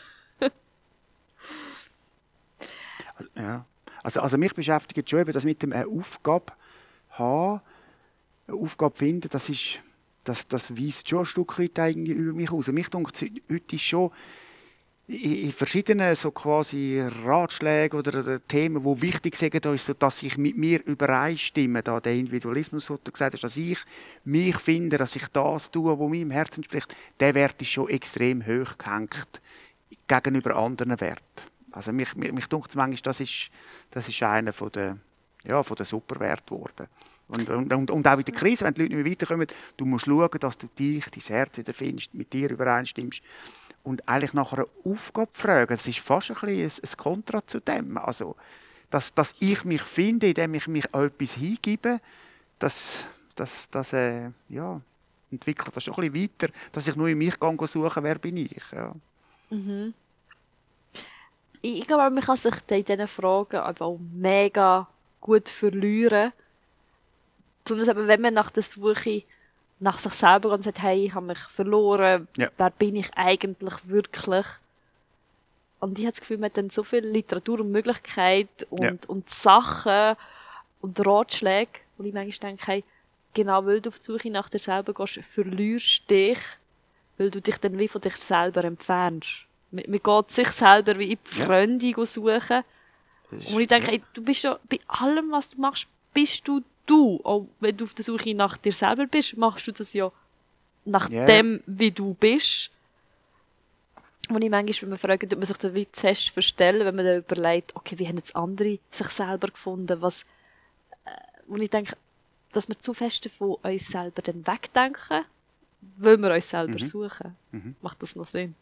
Also, ja. Also, also mich beschäftigt schon eben das mit dem eine Aufgabe haben, eine Aufgabe finden, das ist, das, das weist schon ein Stück weit irgendwie über mich aus. Mich denkt, heute ist schon in, in verschiedenen so quasi Ratschlägen oder, oder Themen, die wichtig sind, ist so, dass ich mit mir übereinstimme, da der Individualismus, was du gesagt hast, dass ich mich finde, dass ich das tue, was meinem Herzen entspricht, der Wert ist schon extrem hoch gehängt gegenüber anderen Werten. Also mich, mich, mich dunkt manchmal, das ist, das ist einer von der, ja, von der Superwerte geworden. Und, und, und, und auch in der Krise, wenn die Leute nicht mehr weiterkommen, du musst schauen, dass du dich, dein Herz wieder findest, mit dir übereinstimmst. Und eigentlich nach einer Aufgabe fragen, das ist fast ein bisschen ein, ein Kontra zu dem. Also, dass, dass ich mich finde, indem ich mich an etwas hingebe, das, das, das äh, ja, entwickelt das schon ein bisschen weiter, dass ich nur in mich gehe suchen, wer bin ich. Ja. Mhm. Ich, ich glaube, man kann sich in diesen Fragen aber auch mega gut verlieren. Besonders eben, wenn man nach der Suche nach sich selber geht und sagt, hey, ich habe mich verloren, Ja. wer bin ich eigentlich wirklich? Und ich habe das Gefühl, man hat dann so viel Literatur und Möglichkeiten und, Ja. und Sachen und Ratschläge, wo ich manchmal denke, hey, genau weil du auf die Suche nach dir selber gehst, verlierst du dich, weil du dich dann wie von dich selber entfernst. Man, man geht sich selber wie in die Ja. Fremde suchen. Das ist- Und ich denke, ja. ey, du bist ja, bei allem, was du machst, bist du du. Auch wenn du auf der Suche nach dir selber bist, machst du das ja nach Ja. dem, wie du bist. Und ich manchmal, wenn man fragt, ob man sich da wie zu fest verstellen, wenn man dann überlegt, okay, wie haben jetzt andere sich selber gefunden, was, äh, und ich denke, dass wir zu fest von uns selber dann wegdenken, weil wir uns selber Mhm. suchen. Mhm. Macht das noch Sinn?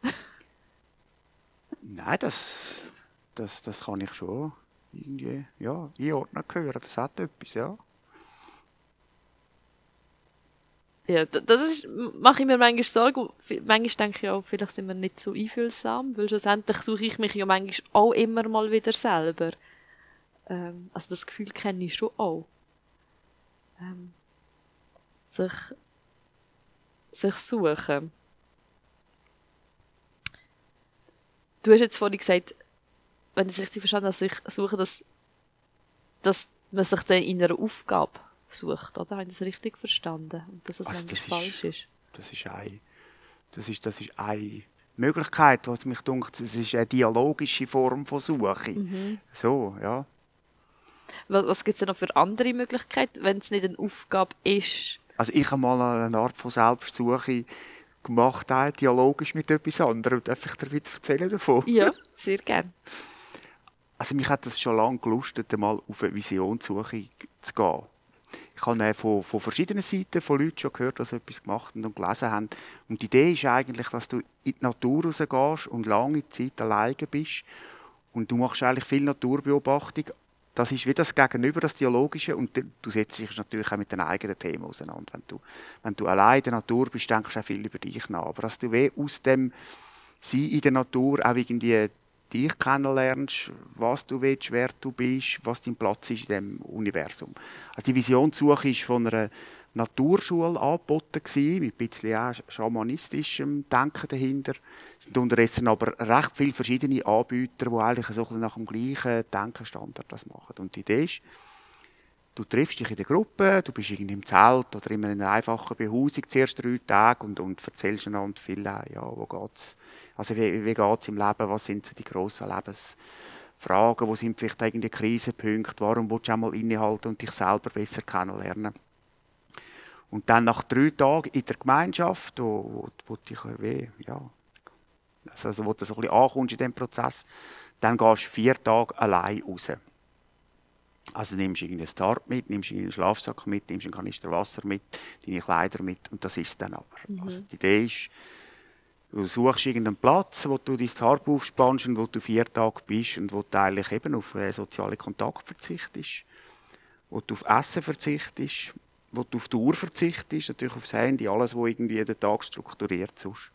Nein, das, das, das kann ich schon irgendwie ja, einordnen hören. Das hat etwas, ja. Ja, d- das ist, mache ich mir manchmal Sorgen. V- Manchmal denke ich auch, vielleicht sind wir nicht so einfühlsam, weil schlussendlich suche ich mich ja manchmal auch immer mal wieder selber. Ähm, also das Gefühl kenne ich schon auch. Ähm, sich, sich suchen. Du hast jetzt vorhin gesagt, wenn ich es richtig verstanden habe, dass ich suche, dass, dass man sich dann in einer Aufgabe sucht, oder? Habe ich das richtig verstanden? Und dass das Also manchmal das ist- falsch ist. Das ist eine, das ist, das ist eine Möglichkeit, was mich denkt, es ist eine dialogische Form von Suche. Mhm. So, ja. Was, was gibt es denn noch für andere Möglichkeiten, wenn es nicht eine Aufgabe ist? Also ich habe mal eine Art von Selbstsuche gemacht, auch dialogisch mit etwas anderem. Darf ich dir wieder erzählen davon? Ja, sehr gern. Also mich hat das schon lange gelustet, mal auf eine Visionssuche zu gehen. Ich habe äh, von, von verschiedenen Seiten von Leuten schon gehört, die so etwas gemacht haben und gelesen haben. Und die Idee ist eigentlich, dass du in die Natur rausgehst und lange Zeit alleine bist. Und du machst eigentlich viel Naturbeobachtung, das ist wie das Gegenüber, das Dialogische, und du setzt dich natürlich auch mit den eigenen Themen auseinander. Wenn du, wenn du allein in der Natur bist, denkst du auch viel über dich nach. Aber dass du wie aus dem Sein in der Natur auch irgendwie dich kennenlernst, was du willst, wer du bist, was dein Platz ist in diesem Universum. Also die Visionssuche ist von einer Naturschule angeboten gewesen, mit ein bisschen auch schamanistischem Denken dahinter. Es sind unterdessen aber recht viele verschiedene Anbieter, die eigentlich so ein bisschen nach dem gleichen Denkenstandard das machen. Und die Idee ist, du triffst dich in der Gruppe, du bist irgendwie im Zelt oder in einer einfachen Behausung zuerst drei Tage und, und erzählst einander viel, ja, wo geht's, also wie, wie geht es im Leben, was sind so die grossen Lebensfragen, wo sind vielleicht irgendwie Krisenpunkte, warum willst du einmal innehalten und dich selber besser kennenlernen. Und dann nach drei Tagen in der Gemeinschaft, wo, wo, wo, dich, wie, ja, also wo du so ein bisschen ankommst in diesem Prozess, dann gehst du vier Tage allein raus. Also nimmst du einen Tarp mit, nimmst einen Schlafsack mit, nimmst einen Kanister Wasser mit, deine Kleider mit und das ist es dann aber. Mhm. Also die Idee ist, du suchst irgendeinen Platz, wo du dein Tarp aufspannst und wo du vier Tage bist und wo du eigentlich eben auf soziale Kontakt verzichtest, wo du auf Essen verzichtest, wo du auf die Uhr verzichtest, natürlich aufs Handy, alles, was irgendwie den Tag strukturiert sonst.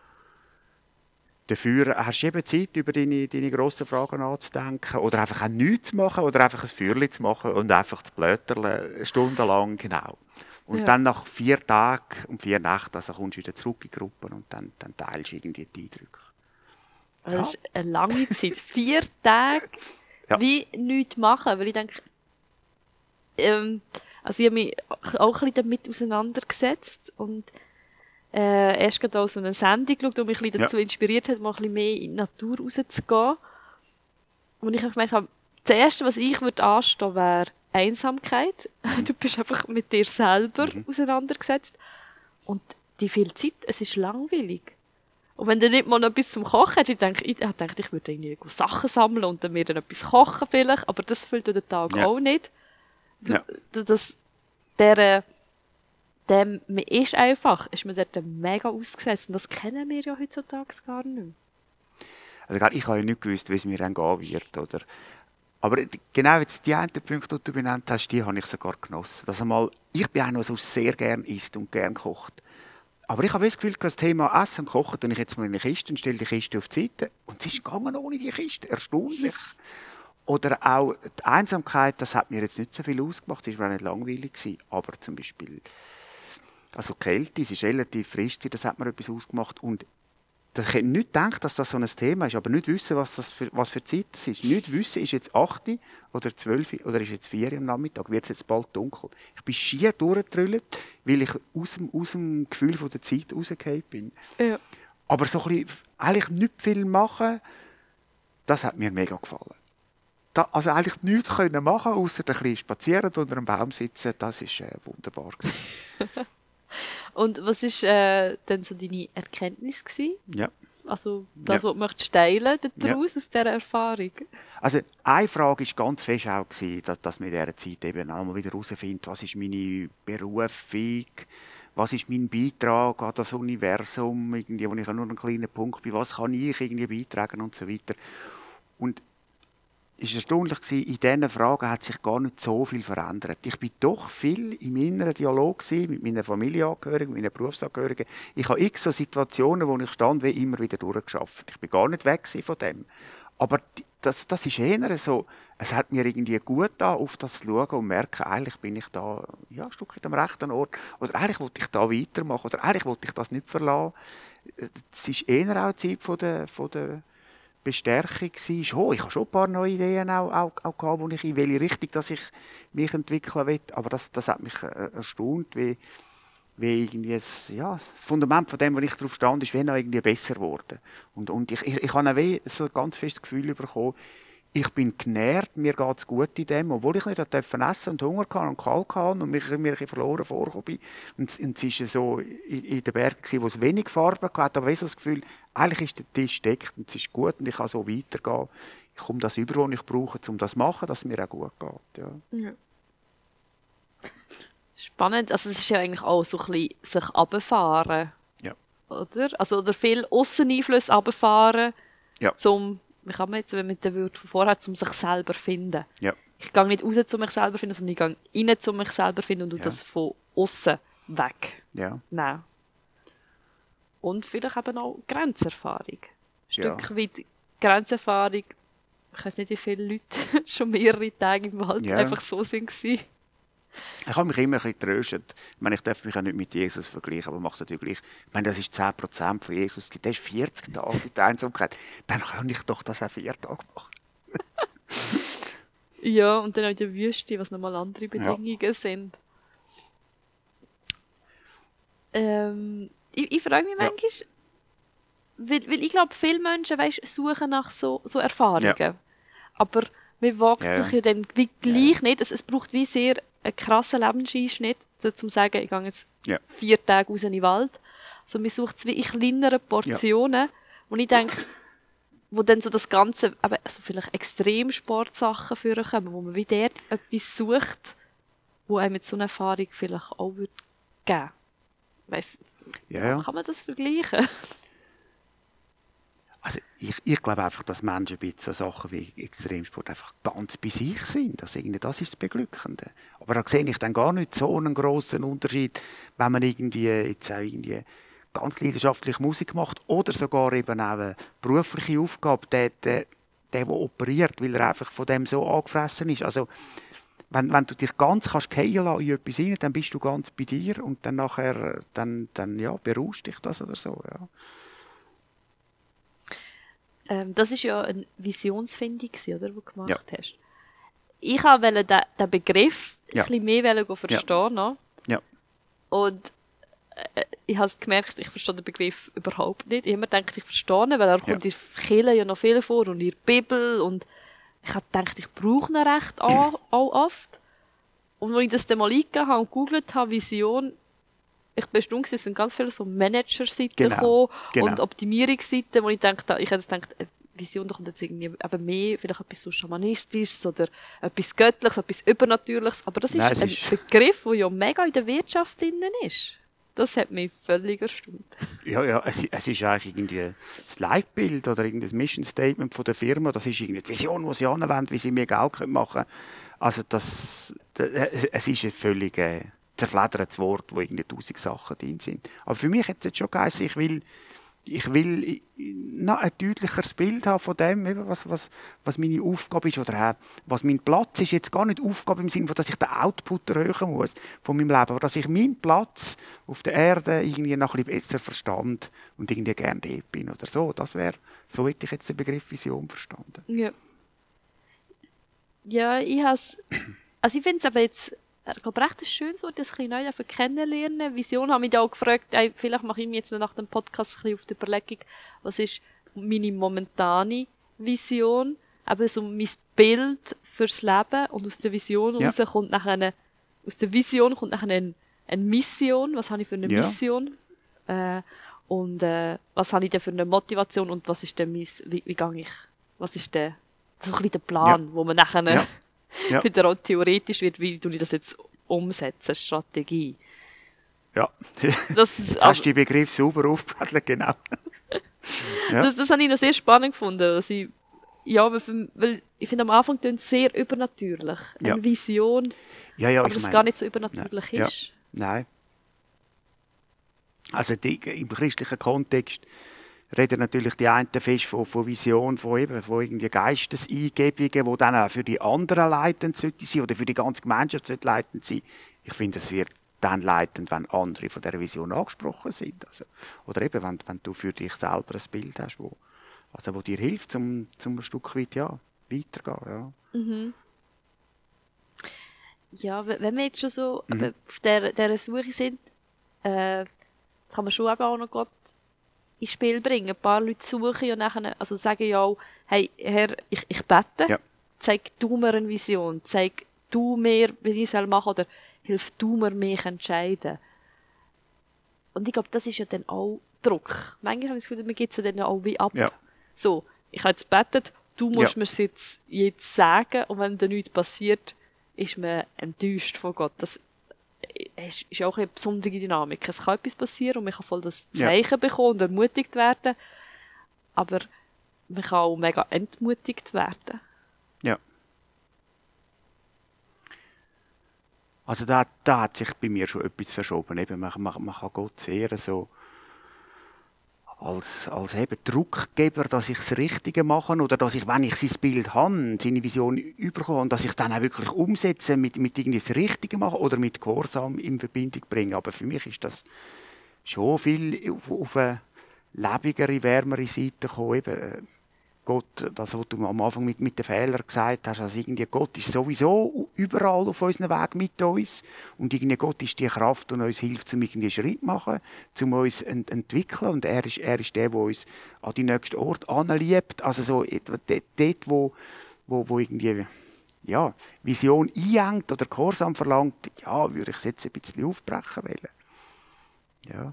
Dafür hast du eben Zeit, über deine, deine grossen Fragen nachzudenken oder einfach auch nichts zu machen oder einfach ein Feuerchen zu machen und einfach zu blöterlen, stundenlang, genau. Und ja. Dann nach vier Tagen und vier Nächten also kommst du wieder zurück in die Gruppe und dann, dann teilst du irgendwie die Eindrücke. Ja. Das ist eine lange Zeit. Vier Tage ja. Wie nichts machen, weil ich denke, ähm, also ich habe mich auch ein bisschen damit auseinandergesetzt und äh, erst gerade auch so eine Sendung geschaut, die mich ein bisschen dazu ja. inspiriert hat, mal ein bisschen mehr in die Natur rauszugehen. Und ich habe gemeint, das Erste, was ich würde anstehen, wäre Einsamkeit. Du bist einfach mit dir selber mhm. auseinandergesetzt. Und die viel Zeit, es ist langweilig. Und wenn du nicht mal noch etwas zum Kochen hast, ich denke, ich, dachte, ich würde irgendwie Sachen sammeln und dann mir dann etwas kochen vielleicht, aber das füllt den Tag ja. auch nicht. Du, ja. du, das, der, der, man ist einfach, ist man dort mega ausgesetzt. Und das kennen wir ja heutzutage gar nicht mehr. Also ich habe ja nicht gewusst, wie es mir dann gehen wird, oder? Aber genau jetzt die einen Punkte, die du benannt hast, die habe ich sogar genossen. Dass einmal, ich bin einer, der sehr gerne isst und gerne kocht. Aber ich habe das Gefühl, das Thema Essen und Kochen, tue ich jetzt mal in eine Kiste und stelle die Kiste auf die Seite. Und es ist gegangen ohne die Kiste. Erstaunlich. Oder auch die Einsamkeit, das hat mir jetzt nicht so viel ausgemacht. Es war auch nicht langweilig gewesen. Aber zum Beispiel, also Kälte, es ist relativ frisch, das hat mir etwas ausgemacht. Und ich hätte nicht gedacht, dass das so ein Thema ist, aber nicht wissen, was das für, was für Zeit das ist. Nicht wissen, ist jetzt acht oder zwölf oder ist jetzt vier am Nachmittag, wird es jetzt bald dunkel. Ich bin schier durchgetrüllt, weil ich aus dem, aus dem Gefühl von der Zeit rausgefallen bin. Ja. Aber so ein bisschen, eigentlich nicht viel machen, das hat mir mega gefallen. Da, also eigentlich nichts können machen, außer ein bisschen spazieren und unter einem Baum sitzen, das war äh, wunderbar. Und was war äh, denn so deine Erkenntnis gewesen? Ja. Also das, ja. was du möchtest teilen daraus, ja. aus dieser Erfahrung? Also eine Frage war ganz fest auch, gewesen, dass, dass man in dieser Zeit eben auch mal wieder herausfindet, was ist meine Berufung, was ist mein Beitrag an das Universum, irgendwie, wo ich nur einen kleinen Punkt bin, was kann ich irgendwie beitragen und so weiter. Und es war erstaunlich, in diesen Fragen hat sich gar nicht so viel verändert. Ich war doch viel im inneren Dialog mit meiner Familienangehörigen, mit meinen Berufsangehörigen. Ich habe x so Situationen, wo ich stand, wie immer wieder durchgeschafft. Ich bin gar nicht weg von dem. Aber das, das ist eher so, es hat mir irgendwie gut getan, auf das zu schauen und merken, eigentlich bin ich da ja, ein Stück am rechten Ort. Oder eigentlich wollte ich da weitermachen. Oder eigentlich wollte ich das nicht verlassen. Es ist eher auch die Zeit von der, von der Bestärkung war. Oh, ich habe schon ein paar neue Ideen auch, auch, auch gehabt, wo ich in welche Richtung dass ich mich entwickeln will. Aber das, das hat mich äh, erstaunt, wie, wie irgendwie das, ja, das Fundament von dem, wo ich drauf stand, ist wie noch irgendwie besser geworden. Und, und ich, ich, ich habe auch so ein ganz festes Gefühl bekommen, ich bin genährt, mir geht es gut in dem, obwohl ich nicht essen durfte und Hunger hatte und kalt hatte und mich, mir ein verloren vorgekommen bin. Und, und es war so in, in den Bergen, wo es wenig Farbe hatte, aber ich habe so das Gefühl, eigentlich ist der Tisch deckt und es ist gut und ich kann so weitergehen. Ich komme das über, was ich brauche, um das zu machen, dass es mir auch gut geht. Ja. Ja. Spannend, also es ist ja eigentlich auch so ein bisschen sich runterfahren. Ja. Oder? Also, oder viel Ausseneinflüsse runterfahren, ja. Zum wie kann man jetzt, wenn man den Wort von vorher, um sich selber zu finden. Ja. ich gehe nicht raus zu mich selber finden, sondern ich gehe rein zu mich selber finden und Ja. das von außen weg. Ja. Nein. Und vielleicht eben auch Grenzerfahrung. Ein Ja. Stück weit Grenzerfahrung. Ich weiß nicht, wie viele Leute schon mehrere Tage im Wald Ja. einfach so sind. gewesen. Ich habe mich immer ein bisschen getröstet. Ich meine, ich darf mich auch nicht mit Jesus vergleichen, aber mache es natürlich gleich. Ich meine, das ist zehn Prozent von Jesus. Der ist vierzig Tage mit der Einsamkeit. Dann kann ich doch das auch vier Tage machen. Ja, und dann auch in der Wüste, was nochmal andere Bedingungen sind. Ähm, ich, ich frage mich Ja. manchmal, weil, weil ich glaube, viele Menschen weißt, suchen nach so, so Erfahrungen. Ja. Aber man wagt Ja, ja. sich ja dann wie gleich nicht. Es, es braucht wie sehr einen krassen Lebenseinschnitt, um zu sagen, ich gehe jetzt Ja. vier Tage raus in den Wald. Also man sucht es wie in kleineren Portionen, wo ich denke, wo dann so das Ganze, eben, also vielleicht Extremsportsachen vorkommen, wo man wie dort etwas sucht, wo einem mit so einer Erfahrung vielleicht auch würde geben. Weiss, Ja, ja. kann man das vergleichen? Also ich, ich glaube einfach, dass Menschen bei so Sachen wie Extremsport einfach ganz bei sich sind. Also irgendwie, das ist das Beglückende. Aber da sehe ich dann gar nicht so einen grossen Unterschied, wenn man irgendwie jetzt auch irgendwie ganz leidenschaftlich Musik macht oder sogar eben auch eine berufliche Aufgabe, der, der, der, der operiert, weil er einfach von dem so angefressen ist. Also wenn, wenn du dich ganz kannst fallen lassen in etwas rein, dann bist du ganz bei dir und dann nachher dann, dann, ja, beruhigt dich das oder so. Ja. Ähm, das war ja eine Visionsfindung, oder, die du gemacht Ja. hast. Ich wollte den, den Begriff Ja. ein bisschen mehr verstehen. noch. Ja. Und äh, ich habe gemerkt, ich verstehe den Begriff überhaupt nicht. Ich habe mir gedacht, ich verstehe ihn, weil er kommt in der Kirche ja noch viel vor und in der Bibel. Und ich habe gedacht, ich brauche ihn recht auch, auch oft. Und als ich das dann mal eingegeben habe und gegoogelt habe, Vision, ich bin stumm, es sind ganz viele so Manager-Seiten Genau, gekommen genau. und Optimierungsseiten, wo ich dachte, ich hätte gedacht, äh, Vision, da kommt jetzt irgendwie eben mehr, vielleicht etwas so Schamanistisches oder etwas Göttliches, etwas Übernatürliches. Aber das ist Nein, es ein ist- Begriff, der ja mega in der Wirtschaft drin ist. Das hat mich völlig erstaunt. Ja, ja, es, es ist eigentlich irgendwie das Leitbild oder irgendwie das Mission Statement von der Firma. Das ist irgendwie die Vision, die sie anwenden, wie sie mehr Geld machen können. Also das, das, es ist ein völlig äh, zerfleddertes Wort, wo irgendwie tausend Sachen drin sind. Aber für mich hat es jetzt schon geheißen, ich will, ich will noch ein deutlicheres Bild haben von dem, eben, was, was, was meine Aufgabe ist oder auch, was mein Platz ist. Jetzt gar nicht Aufgabe im Sinne von, dass ich den Output erhöhen muss von meinem Leben, aber dass ich meinen Platz auf der Erde irgendwie noch ein bisschen besser verstand und irgendwie gerne dort bin oder so. Das wäre, so hätte ich jetzt den Begriff Vision verstanden. Ja. Ja, ich has, also ich finde es aber jetzt, ich glaube, recht ein schönes Wort, das ein bisschen neu dafür kennenlernen. Vision habe ich da auch gefragt, ey, vielleicht mache ich mir jetzt nach dem Podcast ein bisschen auf die Überlegung, was ist meine momentane Vision, eben so mein Bild fürs Leben, und aus der Vision Ja. raus kommt nachher eine, aus der Vision kommt nachher eine, eine Mission, was habe ich für eine Ja. Mission, äh, und äh, was habe ich denn für eine Motivation und was ist denn mein, wie, wie gehe ich, was ist der, so ein bisschen der Plan, wo man nachher Ja. Ja. wieder auch theoretisch wird, wie du das jetzt umsetzen, Strategie. Ja, Das, ist, jetzt hast du den Begriff sauber aufgepaddelt, genau. Ja. das, das habe ich noch sehr spannend gefunden. Dass ich, ja, weil, für, weil ich finde, am Anfang klingt es sehr übernatürlich. Eine Ja. Vision, Ja, ja, aber ich das meine- gar nicht so übernatürlich Ja. ist. Nein. Also die, im christlichen Kontext reden natürlich die einen fest von, von Vision, von, eben, von irgendwie Geisteseingebungen, die dann auch für die anderen leitend sollten sein oder für die ganze Gemeinschaft sollten leitend sein. Ich finde, es wird dann leitend, wenn andere von dieser Vision angesprochen sind. Also, oder eben, wenn, wenn du für dich selber ein Bild hast, wo, also wo dir hilft, um, um ein Stück weit ja, weiterzugehen. Ja. Ja, w- wenn wir jetzt schon so Mhm. eben auf der, dieser Suche sind, äh, kann man schon eben auch noch Gott ins Spiel bringen. Ein paar Leute suchen ja nachher, also sagen ja auch, hey, Herr, ich, ich bete, Ja. zeig du mir eine Vision, zeig du mir, wie ich es machen, oder hilf du mir, mich entscheiden. Und ich glaube, das ist ja dann auch Druck. Manchmal habe ich das Gefühl, man gibt es ja dann auch wie ab. Ja. So, ich habe jetzt gebetet, du musst Ja. mir es jetzt, jetzt sagen, und wenn dann nichts passiert, ist man enttäuscht von Gott. Das ist ist auch eine besondere Dynamik. Es kann etwas passieren und man kann voll das Ja. Zeichen bekommen und ermutigt werden, aber man kann auch mega entmutigt werden. Ja. Also da, da hat sich bei mir schon etwas verschoben. Eben, man, man, man kann Gott sehr so als, als eben Druckgeber, dass ich das Richtige mache oder dass ich, wenn ich sein Bild habe, seine Vision überkomme, und dass ich es dann auch wirklich umsetze, mit, mit irgendwie das Richtige mache oder mit Gehorsam in Verbindung bringe. Aber für mich ist das schon viel auf, auf eine lebigere, wärmere Seite gekommen. Eben, Gott, das, was du am Anfang mit, mit den Fehlern gesagt hast, also irgendwie Gott ist sowieso überall auf unserem Weg mit uns und irgendwie Gott ist die Kraft, die uns hilft, um irgendwie einen Schritt zu machen, um uns zu ent- entwickeln, und er ist, er ist der, der uns an die nächsten Ort anliebt, also so dort, dort wo, wo, wo irgendwie ja, Vision einhängt oder Gehorsam verlangt, ja, würde ich es jetzt ein bisschen aufbrechen wollen. Ja.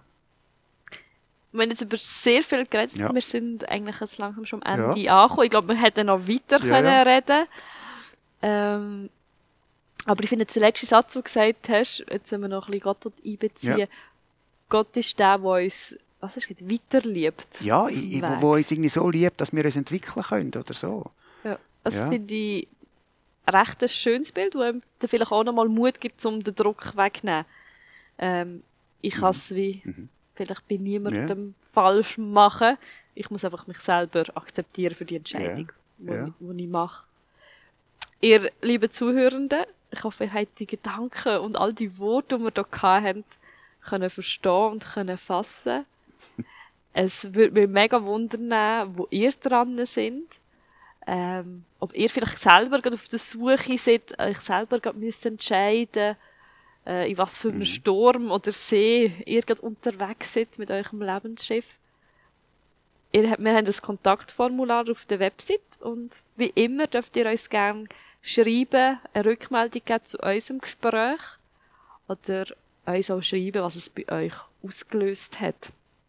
Wir haben jetzt über sehr viel geredet. Ja. Wir sind eigentlich jetzt langsam schon am Ende Ja. angekommen. Ich glaube, wir hätten noch weiter Ja, können ja. reden. Ähm, aber ich finde, der letzte Satz, den du gesagt hast, jetzt müssen wir noch ein bisschen Gott dort einbeziehen. Ja. Gott ist der, der uns, was ist das, weiterliebt. Ja, auf dem ich, Weg. wo, wo uns irgendwie so liebt, dass wir uns entwickeln können oder so. Ja. Das Ja. finde ich recht ein schönes Bild, das einem dann vielleicht auch nochmal Mut gibt, um den Druck wegzunehmen. Ähm, ich kann es wie Mhm. vielleicht bei niemandem falsch machen. Ich muss einfach mich selber akzeptieren für die Entscheidung, die Ja. ich, die ich mache. Ihr, liebe Zuhörenden, ich hoffe, ihr habt die Gedanken und all die Worte, die wir hier hatten, können verstehen und können fassen. Es würde mich mega wundern, wo ihr dran sind. Ähm, ob ihr vielleicht selber gerade auf der Suche seid, euch selber gerade müsst entscheiden, äh, in was für einem Sturm oder See ihr gerade unterwegs seid mit eurem Lebensschiff. Ihr, habt- wir haben ein Kontaktformular auf der Website und wie immer dürft ihr uns gerne schreiben, eine Rückmeldung geben zu unserem Gespräch oder uns auch schreiben, was es bei euch ausgelöst hat.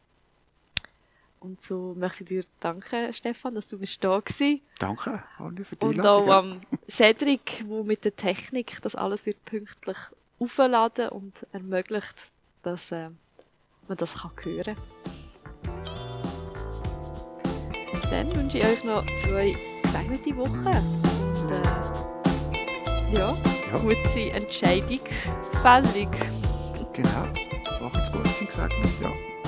Und so möchte ich dir danken, Stefan, dass du bist da warst. Danke, Anni, für die Und Einladung. auch am Cedric, der mit der Technik das alles wird pünktlich aufladen und ermöglicht, dass äh, man das kann hören kann. Dann wünsche ich euch noch zwei gesegnete Wochen. Und, äh, ja, Ja. gute Entscheidungsfällung. Genau. Macht's gut, sind gesegnet. Ja.